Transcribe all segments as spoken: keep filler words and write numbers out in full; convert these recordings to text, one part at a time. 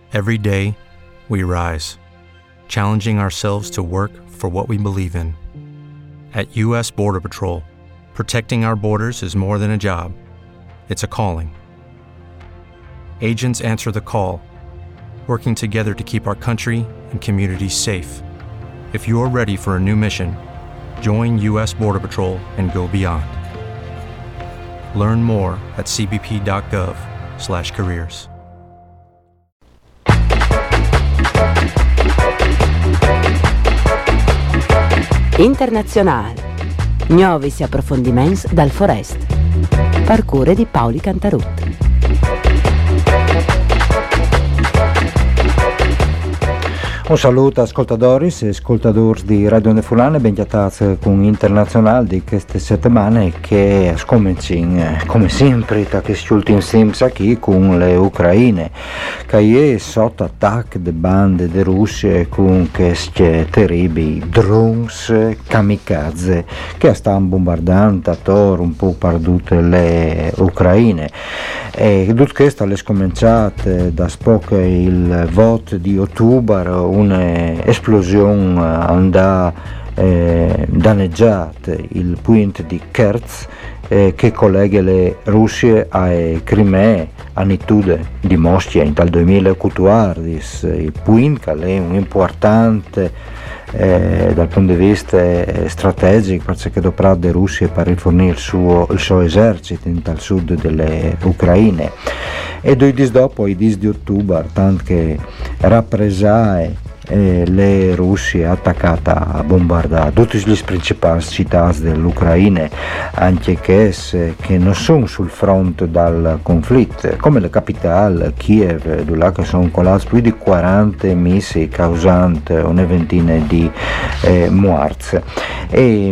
Every day, we rise, challenging ourselves to work for what we believe in. At U S Border Patrol, protecting our borders is more than a job. It's a calling. Agents answer the call, working together to keep our country and communities safe. If you're ready for a new mission, join U S Border Patrol and go beyond. Learn more at c b p dot gov slash careers. Internazionale. Nuovi approfondiments dal Forest. Parcure di Paoli Cantarut. Un saluto ascoltatori e ascoltatori di Radio Nefulane, ben chiatati con Internazionale di queste settimane che scominciano come sempre da questi ultimi sims qui con le Ucraine che è sotto attacco di bande di Russia con questi terribili drones kamikaze che stanno bombardando attorno un po' per tutte le Ucraine. E tutto questo è scominciato da poco il voto di ottobre, un'esplosione andò eh, danneggiata il punto di Kerch eh, che collega le Russie a Crimea a nitude di Mosca in tal duemilaquattordici. Il punto è un importante Eh, dal punto di vista eh, strategico, perché dovrà la Russia per rifornire il suo, il suo esercito in tal sud delle Ucraine. E due giorni dopo, i dieci di ottobre, tanto che rappresai eh, le Russie attaccate a bombardare tutte le principali città dell'Ucraina, anche che, che non sono sul fronte del conflitto, come la capitale Kiev, dove che sono colati più di quaranta missili causanti una ventina di eh, morti. E,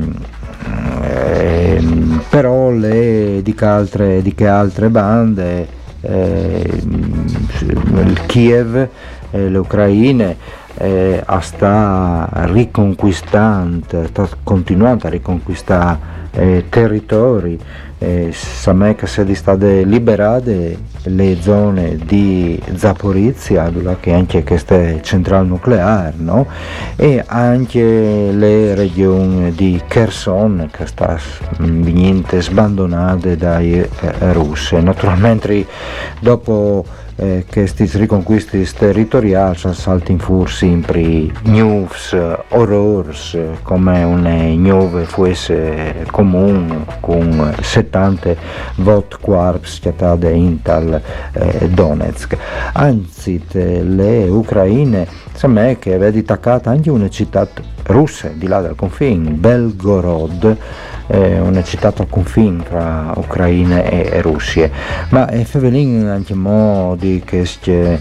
eh, però le, di, che altre, di che altre bande eh, il Kiev, eh, l'Ucraina eh, sta riconquistando, sta continuando a riconquistare eh, territori. Eh, Sappiamo che sono state liberate le zone di Zaporizhia, che anche questa centrale nucleare, no? E anche le regioni di Kherson che stanno venendo sbandonate dai eh, russi. Naturalmente dopo Eh, questi riconquisti territoriali salta in fuori sempre news, horrors, come una nuova fosse comune con settanta vot corps chiatate in tal eh, Donetsk. Anzi, le Ucraine sembra che aveva attaccato anche una città russa di là dal confine, Belgorod, eh, una città al confine tra Ucraina e, e Russia. Ma è fevelin anche mo di questi eh,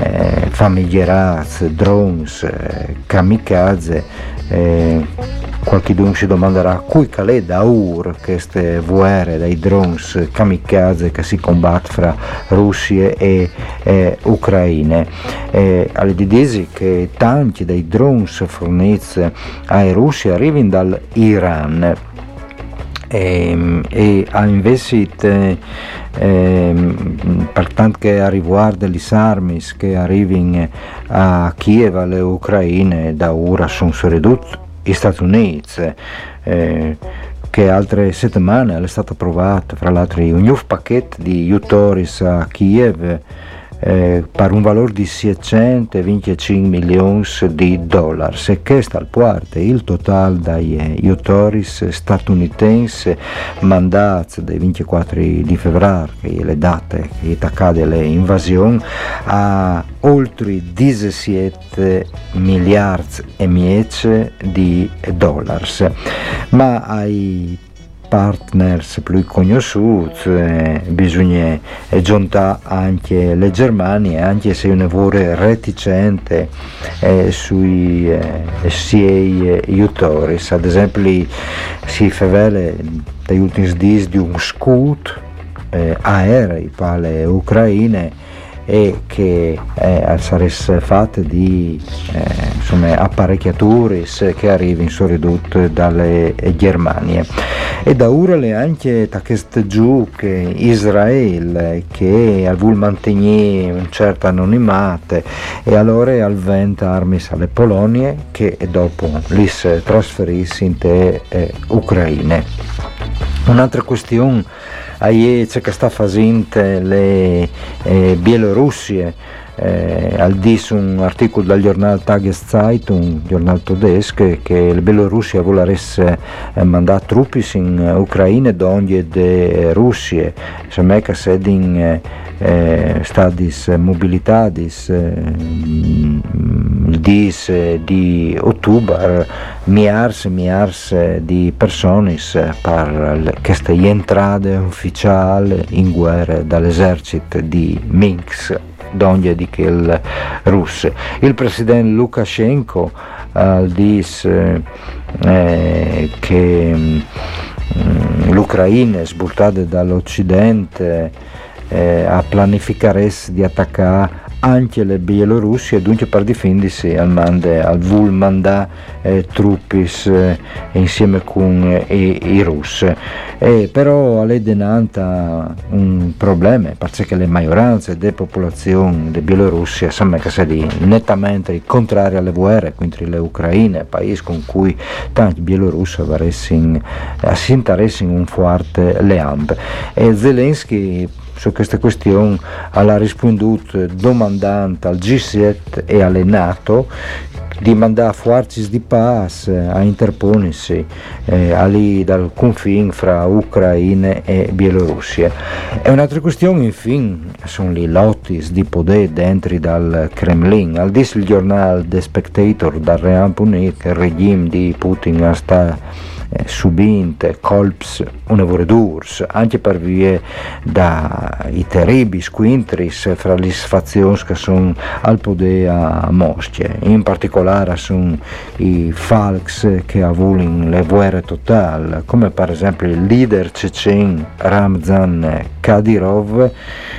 famigerati drones eh, kamikaze. Eh, qualcuno si domanderà cui calè da ur queste guerre dai drones kamikaze che si combattono fra Russia e, e Ucraina. Eh, alle didesi che tanti dei drones forniti ai russi arrivano dall'Iran e, e ha investito eh, per tanto che a riguardo le armi che arrivano a Kiev alle Ucraine da ora sono ridotte gli Stati Uniti, eh, che altre settimane è stato approvato fra l'altro un nuovo pacchetto di aiuti a Kiev eh, per un valore di seicentoventicinque milioni di dollari, e questo al parte il totale degli aiuti statunitensi mandati dal ventiquattro di febbraio, che è le date che accade l'invasione, a oltre diciassette miliardi e mezzo di dollari. Ma ai partners più conosciuti eh, bisogna aggiuntare anche le Germanie, anche se una vuole reticente eh, sui eh, sei aiutori. Ad esempio si fa dagli ultimi giorni di un scut eh, aerei per le Ucraine e che eh, sarebbe fatte di eh, insomma, apparecchiature che arrivano soprattutto dalle Germanie. E da ora le anche da questo giù che Israele che vuol mantenere un certo anonimato e allora al venta armi alle Polonie che dopo li si trasferissi in te eh, Ucraine. Un'altra questione è che sta facendo le eh, Bielorussie. Eh, al dis un articolo dal giornale Tageszeitung, un giornale tedesco, che la Bielorussia vuole eh, mandare truppe in Ucraina donde de Russia, insomma che sedin eh, eh, stadis mobilitadis eh, il dis di ottobre miars miars di persone per queste entrate ufficiali in guerra dall'esercito di Minsk donde di quel russo. Il presidente Lukashenko uh, dice eh, che um, l'Ucraina è sbuttata dall'Occidente eh, a pianificare di attaccare anche le Bielorussie, dunque per difendersi al mande al vul mandà eh, truppis eh, insieme con eh, i russi. Eh, però è denanta un problema perché le maggioranze delle popolazioni di Bielorussia sembra che siano nettamente contrarie alle guerre, quindi le Ucraine, paese con cui tanti bielorussi si interessano un forte leambe. E Zelensky su queste questioni ha risponduto domandando al G sette e alle NATO di mandare forze di pace a interporsi eh, ali dal confine fra Ucraina e Bielorussia. E un'altra questione, infine, sono le lotti di potere dentro dal Cremlin. Al dice il giornale The Spectator dal Real Punit che il regime di Putin sta Eh, subinte colps un'evore anche per via dai terribili squintris fra le fazioni che sono al potere a Mosca, in particolare sono i Falks che avvolgono le guerre totali, come per esempio il leader cecen Ramzan Kadyrov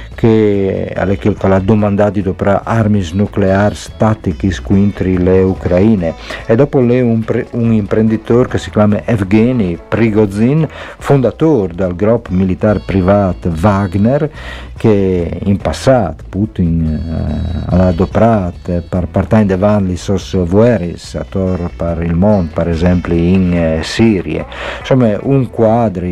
che ha domandato per armi nucleari statiche contro le Ucraine, e dopo lei un, pre, un imprenditore che si chiama Evgeny Prigozhin, fondatore del gruppo militare privato Wagner, che in passato Putin eh, ha adoprato per partire in avanti le sue guerre attorno per il mondo, per esempio in eh, Siria. Insomma, un quadro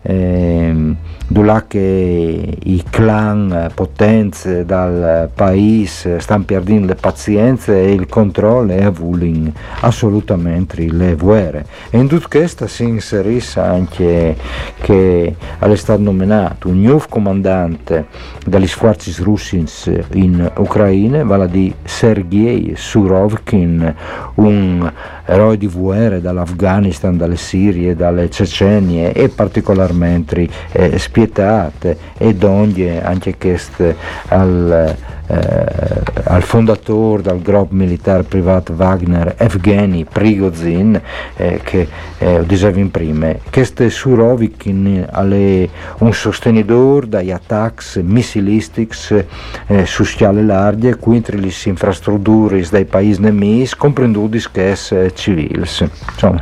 Eh, dove che i clan potenze dal paese stanno perdendo le pazienze e il controllo e avvolgono assolutamente le guerre. E in tutto questo si inserisce anche che è stato nominato un nuovo comandante delle forze russe in Ucraina, vale di Sergei Surovkin, un eroe di guerra dall'Afghanistan, dalle Sirie, dalle Cecenie e particolarmente eh, spietate, e donde anche queste al, eh, al fondatore del gruppo militare privato Wagner Evgeny Prigozhin eh, che eh, dicevo prima, questo Surovikin è un sostenitore degli attacchi missilistici eh, su scale larghe contro le infrastrutture dei paesi nemici, comprenduti che è civili. Insomma,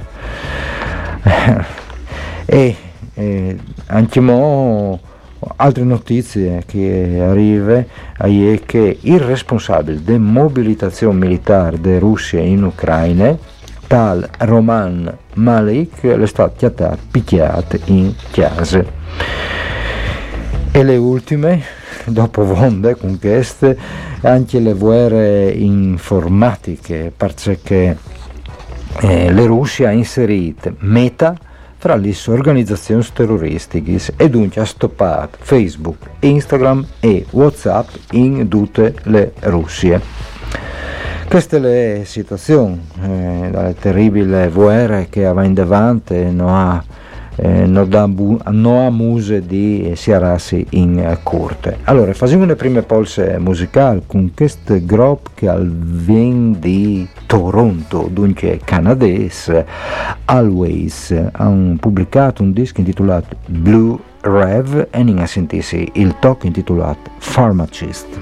e Eh, anche mo altre notizie che arrivano è che il responsabile della mobilitazione militare della Russia in Ucraina, tal Roman Malik, è stato picchiato in chiesa. E le ultime, dopo Vonde con queste, anche le guerre informatiche, perché eh, la Russia ha inserito Meta fra le organizzazioni terroristiche e dunque ha stoppato Facebook, Instagram e WhatsApp in tutte le Russie. Questa è la situazione eh, dalle terribili guerre che va in davanti, non ha Eh, non, da, non ha muse di siararsi in eh, corte. Allora, facciamo le prime polse musicali con questo gruppo che viene di Toronto, dunque canadese, Always. Hanno pubblicato un disco intitolato Blue Rev e ne sentirsi il talk intitolato Pharmacist.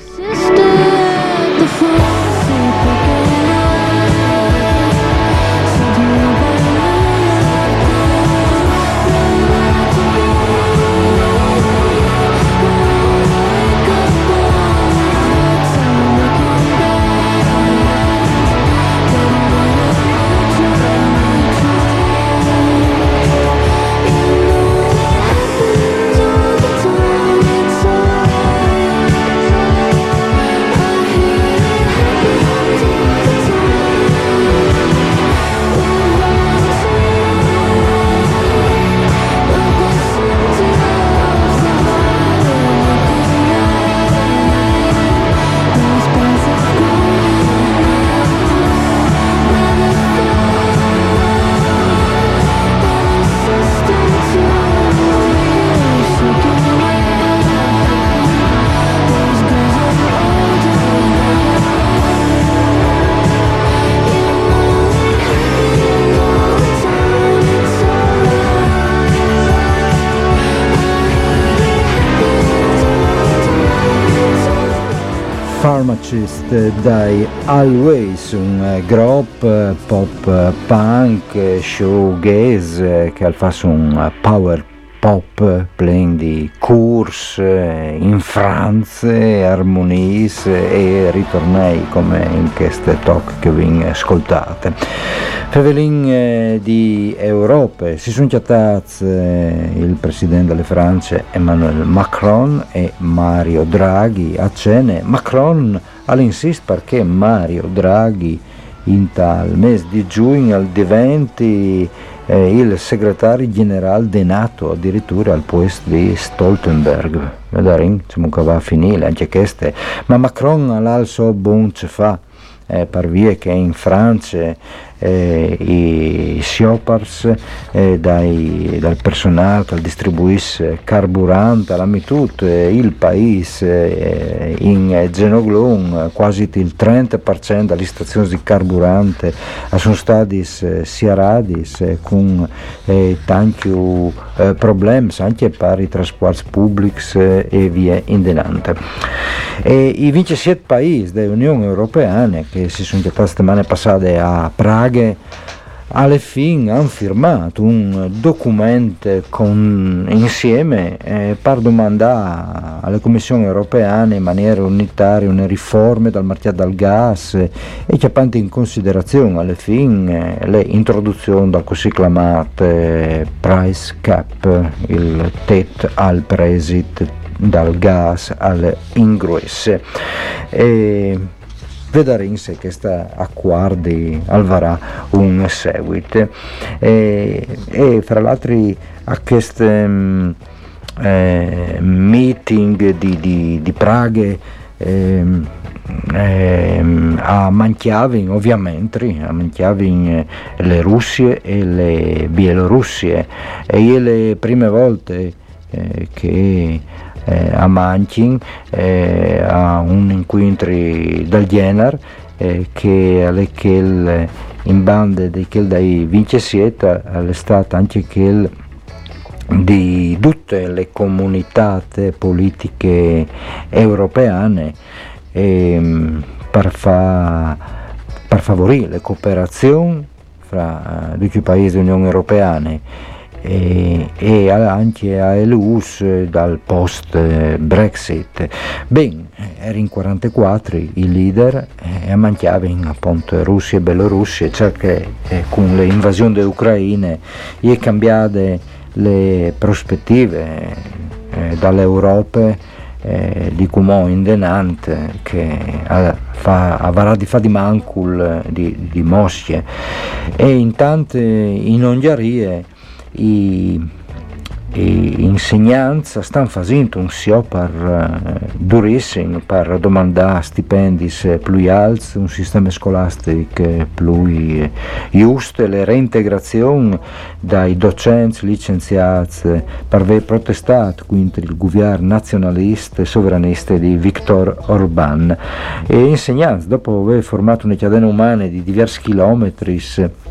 Pharmacist dai Always, un gruppo pop punk showgaze che fa un power pop plen di cours in Francia, armonies e ritornei come in queste talk che vi ascoltate. Fevelin eh, di Europa si sono chattati eh, il presidente delle Francia Emmanuel Macron e Mario Draghi a cene. Macron all'insist perché Mario Draghi in tal mese di giugno diventi eh, il segretario generale di NATO, addirittura al posto di Stoltenberg. Vedete, comunque va a finire anche queste, ma Macron all'also buon ce fa eh, per via che in Francia Eh, i siopars eh, dai, dal personale che distribuisce carburante alla mitut eh, il paese eh, in Genoglon quasi il trenta per cento delle stazioni di carburante sono stati eh, siarati eh, con eh, tanti eh, problemi anche per i trasporti pubblici eh, e via indenante. E i ventisette paesi dell'Unione Europea che si sono già settimane passate a Praga alla fine hanno firmato un documento con, insieme eh, per domandare alla Commissione Europea in maniera unitaria una riforma dal mercato del gas eh, e che prende in considerazione alla fine eh, le introduzioni del così chiamato eh, price cap, il tetto al prezzo dal gas all'ingresso. E vedere in sé che sta accordi alvarà un seguito e, e fra l'altro a questo um, eh, meeting di, di, di Praga eh, eh, a Manchiavin ovviamente a Manchiavin le Russie e le Bielorussie e io le prime volte eh, che Eh, a Manchin eh, a un incontro del genere eh, che alle che in bande di quel dai ventisette è stato anche quel di tutte le comunità politiche europee eh, per, fa, per favorire le cooperazioni fra tutti i paesi dell'Unione Europea e, e anche all'E U dal post Brexit. Ben, era in quarantaquattro i leader e mancavano appunto Russia e Bielorussia, cioè che eh, con le invasioni dell'Ucraina è cambiate le prospettive eh, dall'Europa eh, di Cumò in denante che eh, fa, avrà di fa di mancul di, di Mosche e intanto in Ungheria i, i insegnanti stanno facendo un sio per uh, durissimo per domandare stipendi più alti, un sistema scolastico più giusto e le reintegrazioni dai docenti licenziati per aver protestato contro il governo nazionalista e sovranista di Viktor Orbán e insegnanti dopo aver formato una catena umana di diversi chilometri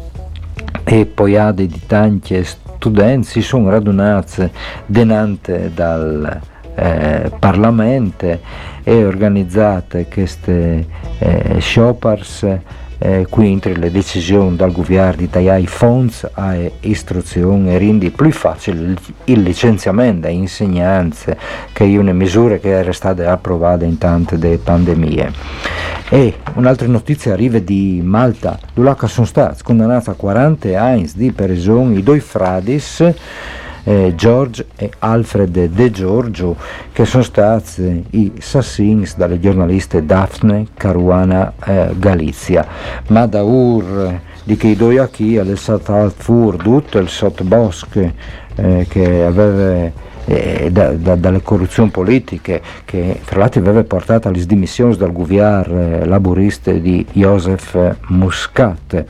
e poi ha di tanti studenti si sono radunati denante dal eh, Parlamento e organizzate queste eh, shoppers Eh, quindi le decisioni dal governo di tagliare i fondi a istruzione e rendi più facile il licenziamento dei insegnanti, che è una misura che era stata approvata in tante delle pandemie. E un'altra notizia arriva di Malta, dove sono stati condannati a quaranta anni di prigione i due fradis Eh, George e Alfred De Giorgio, che sono stati i assassini dalle giornaliste Daphne Caruana eh, Galizia. Ma da ur di che i due qui è stato fur tutto il sottobosco eh, che aveva eh, da, da, dalle corruzioni politiche, che tra l'altro aveva portato alle dimissioni dal governo eh, laburista di Joseph Muscat.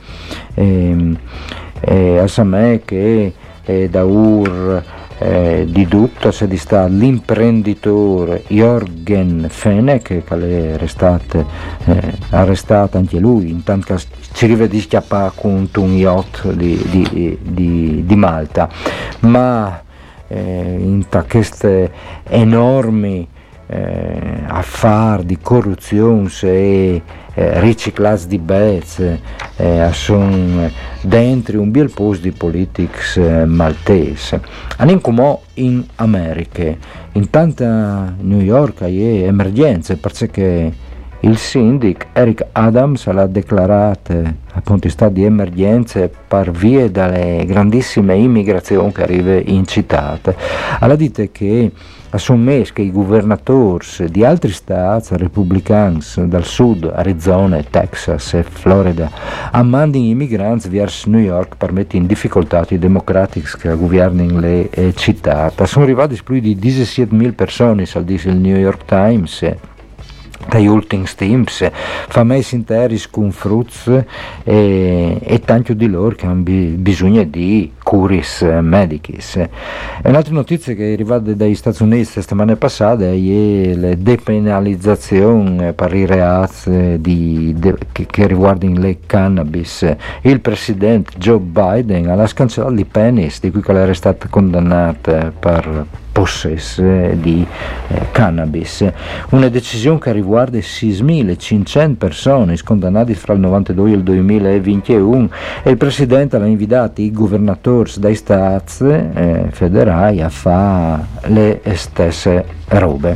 E, e a Samè che E da ur eh, di tutto si sta l'imprenditore Jorgen Fene, che è restato eh, arrestato anche lui, intanto che ci rivede di schiappare con un yacht di, di, di, di Malta. Ma eh, in queste enormi eh, affari di corruzione e eh, riciclati di bezze eh, sono dentro un bel posto di politics eh, maltese. Andiamo in America, in tanta New York è emergenze, perché il sindaco Eric Adams l'ha dichiarato appunto in stato di emergenze per via delle grandissime immigrazioni che arriva in città. Alla dite che ha sommesso che i governatori di altri stati repubblicani dal sud, Arizona, Texas e Florida, ammandino i migranti verso New York per mettere in difficoltà i democratici che governano le eh, città. Sono arrivati più di diciassettemila persone, al dice il New York Times, dai ultimi teams, famesi interi con frutti e, e tanti di loro che hanno bisogno di curis medicis. E un'altra notizia che è arrivata dagli Stati Uniti la settimana passata è la depenalizzazione per i reati di, de, che, che riguardano le cannabis. Il presidente Joe Biden ha cancellato i penis di cui era stata condannata per possesso di eh, cannabis, una decisione che riguarda seimilacinquecento persone condannate fra il novantadue e il duemilaventuno, e il presidente ha invitato i governatori dai stati eh, federali a fare le stesse robe.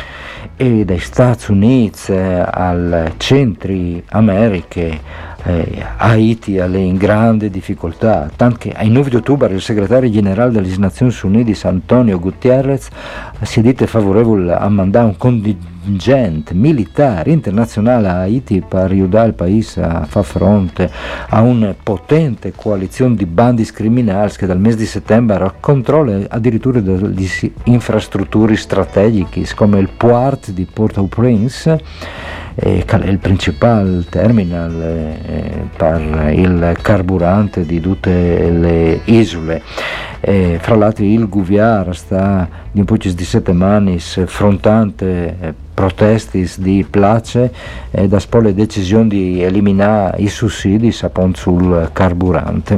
E dai Stati Uniti eh, al Centri America, Eh, Haiti è in grande difficoltà, tanto che ai nove di ottobre il segretario generale delle Nazioni Unite Antonio Guterres si è detto favorevole a mandare un contingente militare internazionale a Haiti per aiutare il paese a far fronte a una potente coalizione di bandi criminali che dal mese di settembre controlla addirittura delle infrastrutture strategiche come il port di Port-au-Prince, Eh, che è il principale terminal eh, per il carburante di tutte le isole. Eh, fra l'altro il governo sta in pochi di settimane affrontando eh, proteste di place eh, da spole le decisioni di eliminare i sussidi appunto sul carburante.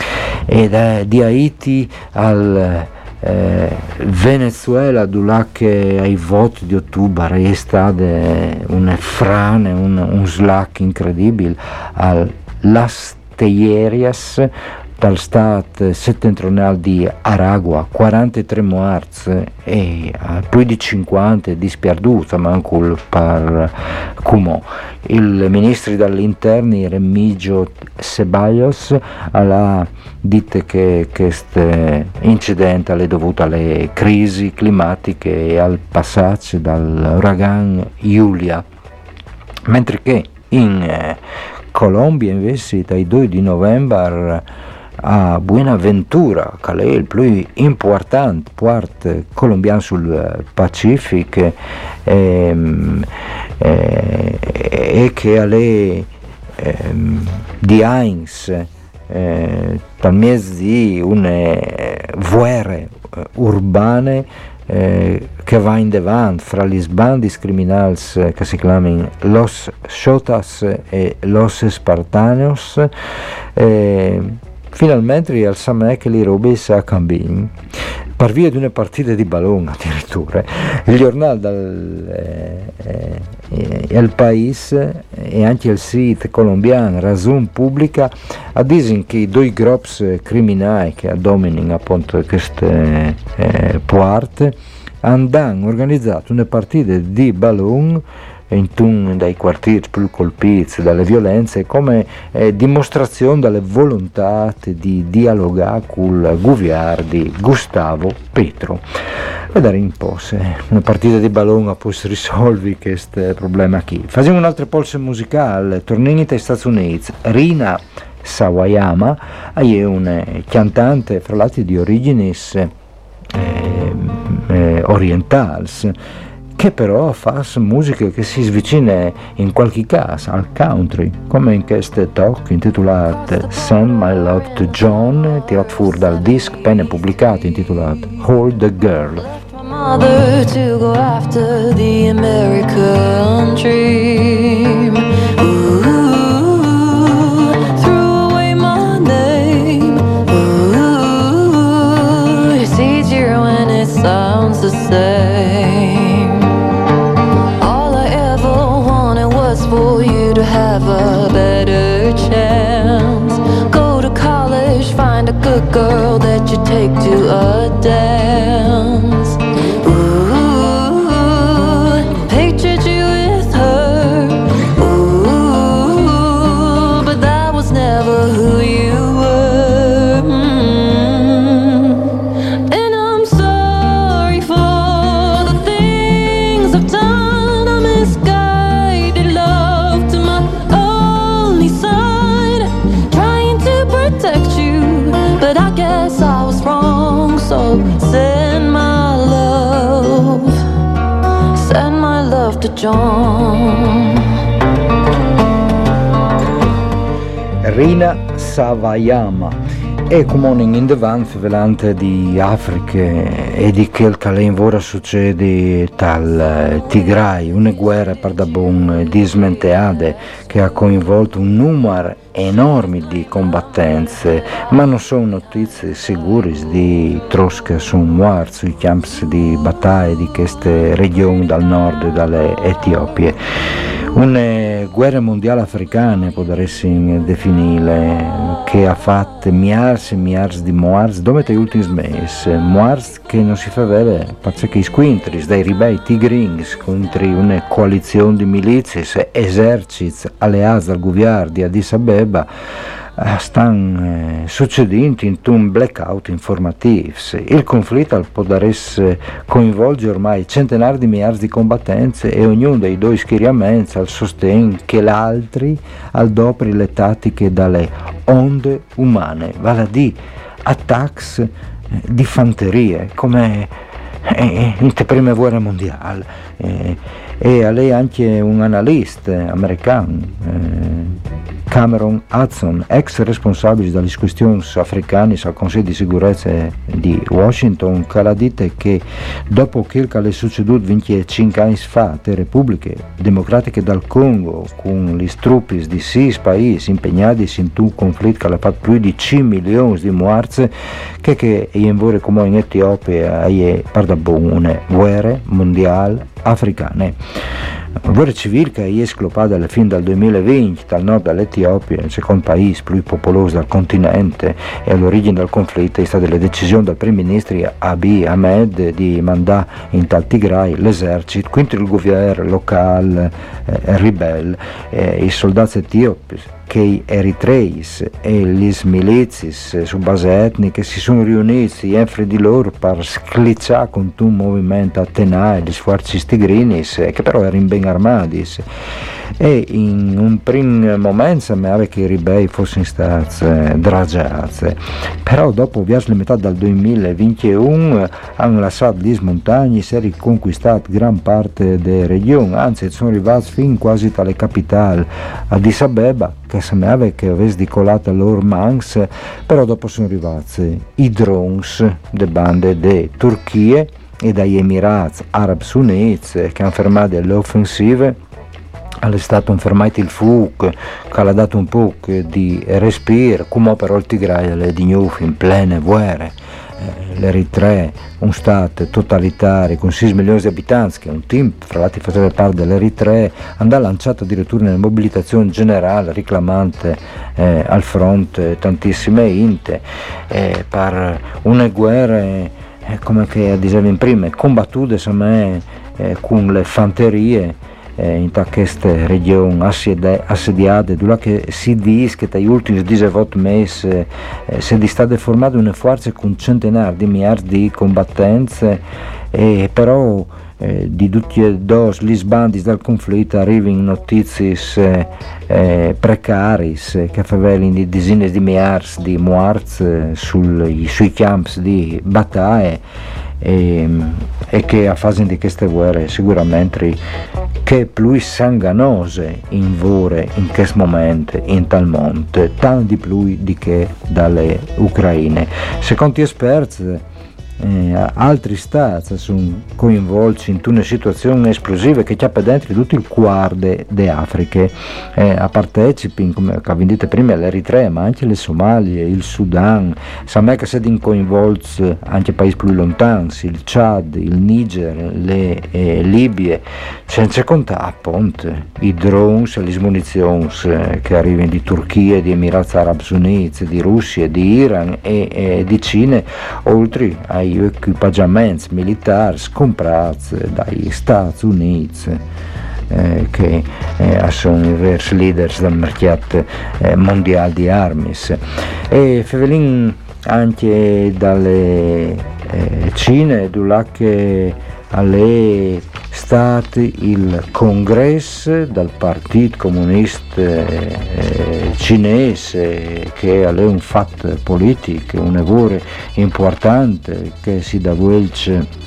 E da, di Haiti al Eh, Venezuela, che ai voti di ottobre è stata una frane, un, un slack incredibile all'Las Tejerías dal stato settentrionale di Aragua, quarantatré morti e più di cinquanta disperduti, manco per Cumò. Il ministro dell'interno Remigio Ceballos ha detto che questo incidente è dovuto alle crisi climatiche e al passaggio dall'uragano Giulia, mentre che in eh, Colombia invece dai due di novembre a Buenaventura, che è il più importante porto colombiano sul Pacifico, ehm, eh, e che è ehm, di Heinz eh, dal mese di une guerre eh, urbane eh, che va in davanti fra gli bandi criminali eh, che si chiamano Los Xotas e Los Espartanos. Eh, finalmente al Samè che li robe sa cambin. per via di una partita di ballon addirittura. Il giornale dal eh, eh, El País e anche il sito colombiano Razón Pubblica dicono che i due gruppi criminali che dominano appunto queste eh, puarte hanno organizzato una partita di ballon in un dei quartieri più colpiti dalle violenze come eh, dimostrazione delle volontà di dialogare con il governo di Gustavo Petro. Vedere un po' se una partita di ballon può risolvere questo problema qui. Facciamo un'altra polse musicale, torniamo negli Stati Uniti. Rina Sawayama è una cantante fra l'altro di origini eh, eh, orientali, che però fa musica che si svicina in qualche caso al country, come in questo talk intitolato Send My Love to John, tirato fuori dal disc appena pubblicato intitolato Hold the Girl. Mother to go after the American dream. Ooh, threw away my name. Ooh, it's easier when it sounds the same. All I ever wanted was for you to have a better chance. Go to college, find a good girl that you take to a dance. So send my love, send my love to John. Rina Sawayama è come in davanti velante di Africa e di quel che ora succede tal Tigray, una guerra per da bon dismenteade che ha coinvolto un numero enorme di combattenze, ma non sono notizie sicure di trosche su morti sui campi di battaglia di queste regioni dal nord e dalle Etiopie. Una guerra mondiale africana potresti definire, che ha fatto miliardi e miliardi di morti dove negli ultimi mesi, morti che non si fa vedere perché i squintri dei ribelli tigrings contro una coalizione di milizie e eserciti alleati al governo di Addis Abeba stanno eh, succedendo in un blackout informativo. Il conflitto può coinvolgere ormai centinaia di miliardi di combattenti e ognuno dei due schieramenti al sostegno che l'altri al dopri le tattiche dalle onde umane, vale a dire attacchi eh, di fanterie come eh, in te prima guerra mondiale. Eh, e a lei anche un analista americano, eh, Cameron Hudson, ex responsabile delle questioni africane al Consiglio di sicurezza di Washington, che ha detto che dopo quel che è succeduto venticinque anni fa le repubbliche democratiche del Congo con le truppe di sei paesi impegnati in un conflitto che ha fatto più di cinque milioni di morti, che che in vore come in Etiopia è per da una guerra mondiale africane. La guerra civile che è scoppiata alla fine del duemilaventi dal nord dell'Etiopia, il secondo paese più popoloso del continente, e all'origine del conflitto è stata la decisione del primo ministro Abiy Ahmed di mandare in tal Tigray l'esercito contro il governo locale eh, ribelle. Eh, I soldati etiopi che gli eritrei e le milizie su base etnica si sono riuniti in fra di loro per sclicciare contro un movimento a tenere gli sforzi tigrini che però erano ben armati, e in un primo momento sembrava che i ribelli fossero stati dragiati, però dopo verso la metà del duemilaventuno hanno lasciato le montagne e si è riconquistato gran parte delle regioni, anzi sono arrivati fin quasi alle capitali, Addis Abeba, che sembrava che avesse decolato loro Manx, però dopo sono arrivati i drones delle bande di Turchia e dagli Emirati Arabi Uniti che hanno fermato le offensive. È stato fermato il fuoco che ha dato un po' di respiro, come però il Tigray è di nuovo in plena guerra. eh, l'Eritrea, un stato totalitario con sei milioni di abitanti, che un team fra l'altro faceva parte dell'Eritrea, andò lanciato addirittura una mobilitazione generale reclamante eh, al fronte tantissime inte eh, per una guerra eh, come che dicevo prima, combattute eh, eh, con le fanterie Eh, in queste regioni assediate, dove che si dice che negli ultimi diciotto mesi eh, si è stata formata una forza con centinaia di miliardi di combattenti, eh, però eh, di tutti e due gli sbandi del conflitto arrivano notizie eh, eh, precarie che fanno di decine di miliardi di morti eh, sul, sui campi di battaglie. E, e che a fase di queste guerre sicuramente che più sanganose in vore in questo momento in tal mondo, tanto di più di che dalle Ucraine. Secondo gli esperti eh, altri stati sono coinvolti in una situazione esplosiva che c'è per dentro tutto il cuore d'Africa, eh, a partecipi come abbiamo detto prima l'Eritrea, ma anche le Somalie, il Sudan, sappiamo che sono coinvolti anche paesi più lontani, il Chad, il Niger, le eh, Libie, senza contare appunto i drones e le munizioni eh, che arrivano di Turchia, di Emirati Arabi Uniti, di Russia, di Iran e, e di Cina, oltre ai equipaggiamenti militari comprati dagli Stati Uniti eh, che eh, sono i veri leader del mercato eh, mondiale di armi, e Fevelin anche dalle eh, Cine, dove che alle stati il congresso del Partito Comunista eh, cinese, che è un fatto politico, un lavoro importante che si dà voce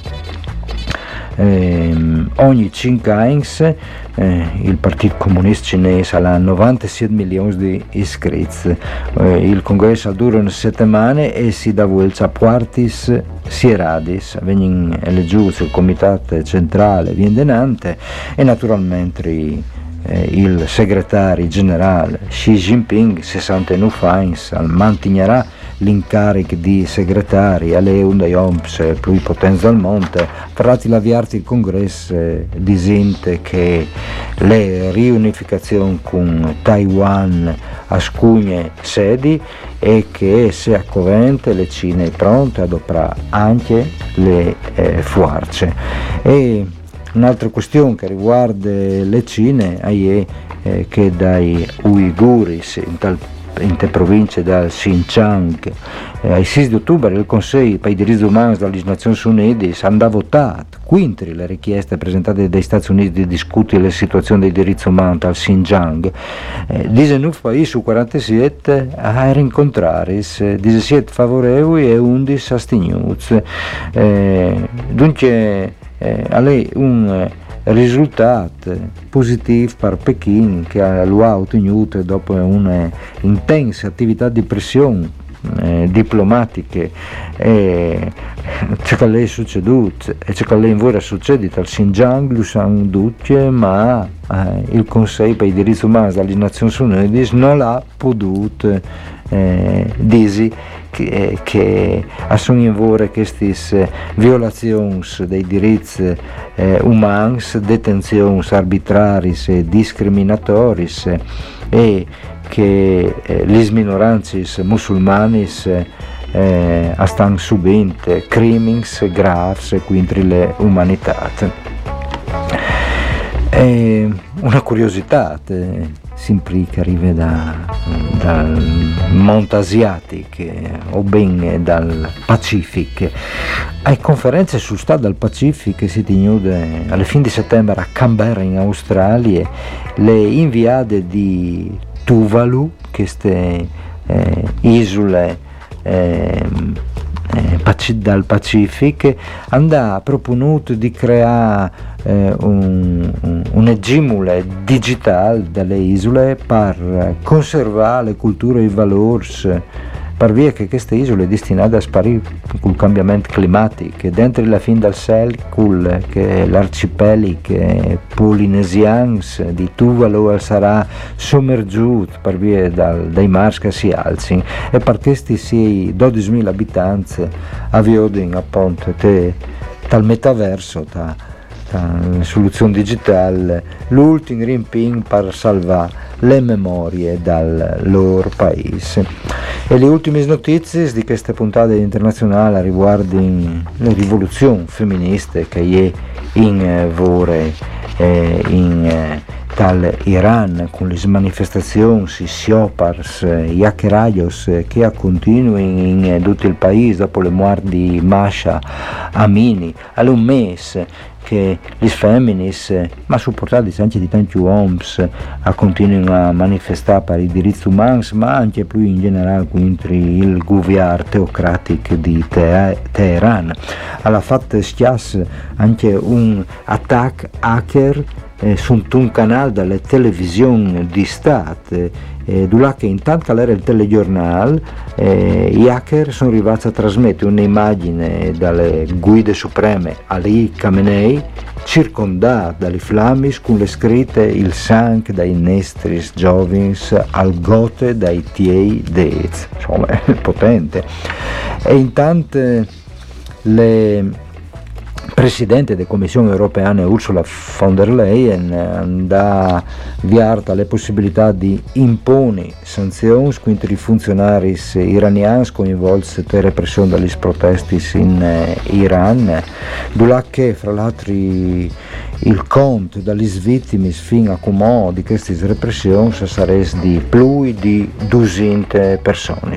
eh, ogni cinque anni. Eh, il Partito Comunista Cinese ha novantasette milioni di iscritti. Eh, il congresso dura una settimana e si dà voce a quartis sieradis, vengono eletti il comitato centrale viendenante e naturalmente eh, il segretario generale Xi Jinping, sessantanove anni, manterrà l'incarico di segretario alle una dei O M S più potenti del mondo. Farati l'avviarti il congresso eh, disente che le riunificazioni con Taiwan a scugne sedi e che se accovente le Cine è pronte ad operare anche le eh, forze. E un'altra questione che riguarda le Cine è eh, che dai Uiguris in tal in te province del Xinjiang eh, il sei di ottobre il Consiglio per i diritti umani delle Nazioni Unite ha votato contro le richieste presentate dai Stati Uniti di discutere la situazione dei diritti umani al Xinjiang. eh, diciannove paesi su quarantasette erano incontrati, diciassette favorevoli e undici astenuti. eh, dunque eh, a lei un risultato positivo per Pechino, che lo ha ottenuto dopo una intensa attività di pressione eh, diplomatiche, e ciò che le è succeduto e ciò che le è succeduto al Xinjiang lo sanno tutti, ma eh, il Consiglio per i diritti umani delle Nazioni Unite non l'ha potuto eh, dire che, che sono in vore queste violazioni dei diritti eh, umani, detenzioni arbitrarie e discriminatorie, e che eh, le minoranze musulmane eh, stanno subendo crimini gravi contro l'umanità. E una curiosità eh, sempre che arriva da, dal Monte Asiatico o ben dal Pacifico. Le conferenze sul Stato del Pacifico si tenute alla fine di settembre a Canberra in Australia, le inviate di Tuvalu, queste eh, isole eh, eh, dal Pacifico, hanno proponuto di creare eh, un, un, un egimule digitale delle isole per conservare le culture e i valori per via che queste isole destinate a sparire col cambiamento climatico, e dentro la fin dal secolo che l'arcipelico polinesians di Tuvalu sarà sommergiuto per via dal, dai mars che si alzino, e per questi sì dodicimila abitanti avviono appunto te, dal metaverso, da soluzione digitale, l'ultimo rimping per salvare le memorie dal loro paese. E le ultime notizie di queste puntate internazionali riguardano le rivoluzioni femministe che è in vore eh, in eh, tal Iran, con le manifestazioni, i siopars, gli hackeraios che continuano in, in tutto il paese dopo le morti di Masha Amini, all'un mese che le femminis, ma supportate anche di tanti uomini, continuano a manifestare per i diritti umani, ma anche più in generale contro il governo teocratico di Teheran. Alla fatta schiass anche un attacco hacker eh, su un canale delle televisioni di Stato, eh, dove che intanto era il telegiornale, eh, gli hacker sono arrivati a trasmettere un'immagine dalle guide supreme Ali Khamenei circondato dalle flammis con le scritte il sangue dai nestris giovins al gote dai tiei dez, insomma è potente. E intanto le Presidente della Commissione europea Ursula von der Leyen ha avviato le possibilità di impone sanzioni contro i funzionari iraniani coinvolti per repressione degli protesti in Iran, dove che fra l'altro il conto delle vittime fino a come di queste repressioni sarebbe di più di duecento persone.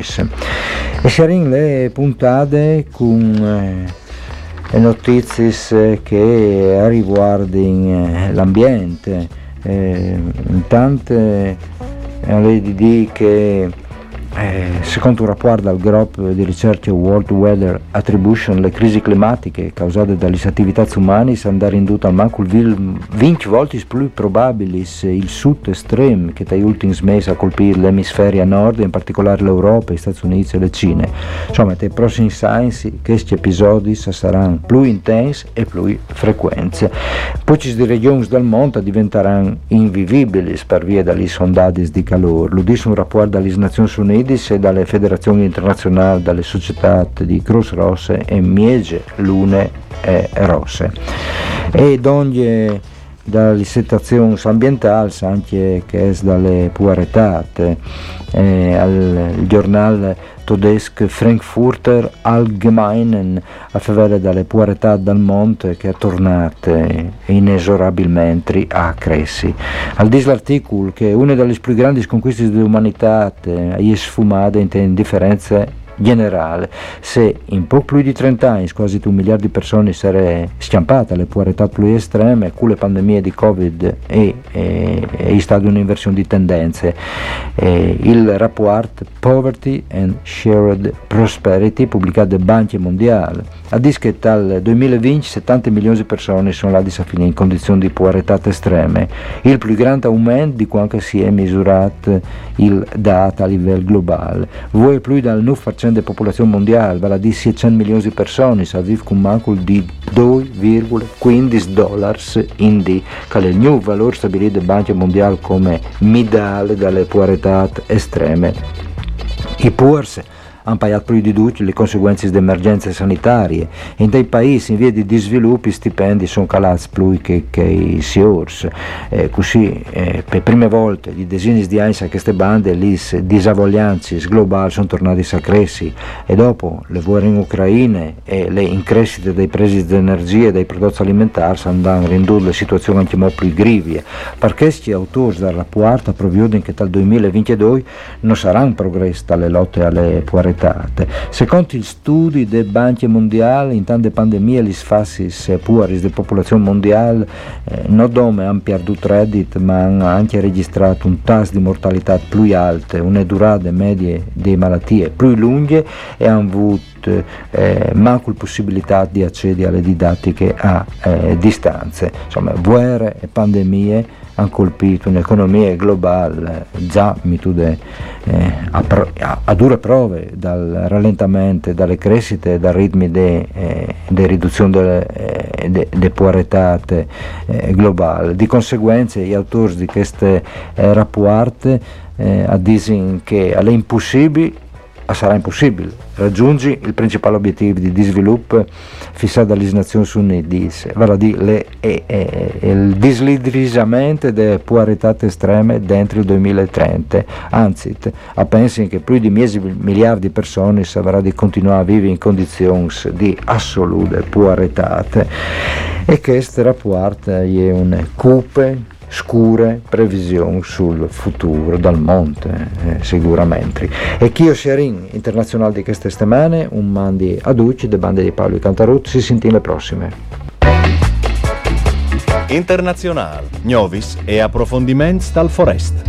E saranno le puntate con e notizie che riguardano l'ambiente. Eh, intanto eh, lei di che eh, secondo un rapporto del gruppo di ricerca World Weather Attribution, le crisi climatiche causate dalle attività umane sono ridotte al manco venti volte più probabili il sud estremo che dagli ultimi mesi ha colpito l'emisfero nord, in particolare l'Europa, gli Stati Uniti e le Cine. Insomma, nei prossimi anni questi episodi saranno più intensi e più frequenti. Poi di regioni del mondo diventeranno invivibili per via degli sondaggi di calore. Lo dice un rapporto dalle Nazioni Unite e dalle federazioni internazionali, dalle società di Croce Rosse e Miege Lune e Rosse. E ogni dalle situazioni ambientali, anche che è dalle puaretate, eh, al giornale tedesco Frankfurter Allgemeinen a favore dalle puaretà dal monte che è tornata inesorabilmente a crescere. Al dis l'articolo che una delle più grandi conquiste dell'umanità è sfumata in differenze generale, se in poco più di trenta anni quasi un miliardo di persone sarebbero scampate alle puaretà più estreme, con le pandemie di Covid e, e, e è stata un'inversione di tendenze. E il rapporto Poverty and Shared Prosperity pubblicato da Banca Mondiale ha detto che dal duemilaventi settanta milioni di persone sono là a finire in condizioni di povertà estreme, il più grande aumento di quanto si è misurato il dato a livello globale. Voi più dal nove per cento della popolazione mondiale, vale a dire seicento milioni di persone, si vive con un macul di due virgola quindici dollari in D, che è il nuovo valore stabilito da Banca Mondiale come midale dalle povertà estreme. I poors hanno pagato più di tutti le conseguenze di emergenze sanitarie e in dei paesi in via di sviluppo i stipendi sono calati più che, che i siors. Eh, così eh, per prime volte di decine di anni a queste bande le disaveglianze globali sono tornate a crescere e dopo le guerre in Ucraina e le increscite dei prezzi di energia e dei prodotti alimentari hanno ridotto le situazioni anche molto più grivie. Per questi autori del rapporto prevedono che dal duemilaventidue non sarà un progresso dalle lotte alle povertà. Secondo gli studi delle banche mondiali, in tante pandemie gli sfassis puaris della popolazione mondiale eh, non solo hanno perduto reddito, ma hanno anche registrato un tasso di mortalità più alto, una durata media di malattie più lunghe e hanno avuto tutte, eh, manco la possibilità di accedere alle didattiche a eh, distanze. Insomma, guerre e pandemie hanno colpito un'economia globale già mitude, eh, a, a, a dure prove dal rallentamento, dalle crescite, dal ritmo di eh, riduzione delle eh, de, de povertate eh, globale. Di conseguenza gli autori di queste eh, rapporti eh, dicono che è impossibile, sarà impossibile raggiungere il principale obiettivo di sviluppo fissato dalle Nazioni Unite, vale a dire le, eh, il dislidrisamento delle povertà estreme dentro il duemilatrenta, anzi a pensare che più di dieci miliardi di persone saranno di continuare a vivere in condizioni di assolute povertà, e che questo rapporto è un cupe scure previsioni sul futuro dal monte, eh, sicuramente. E chi Osciarin internazionale di queste settimane, un mandi a Duci, de bande di Paolo Cantarut, si sentiamo le prossime. Internazionale, novis e approfondimenti dal Forest.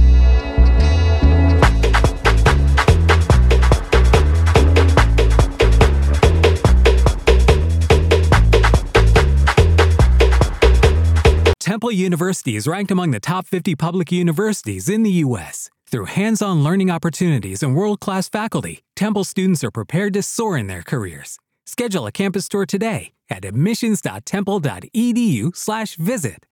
Temple University is ranked among the top fifty public universities in the U S Through hands-on learning opportunities and world-class faculty, Temple students are prepared to soar in their careers. Schedule a campus tour today at admissions dot temple dot e d u slash visit.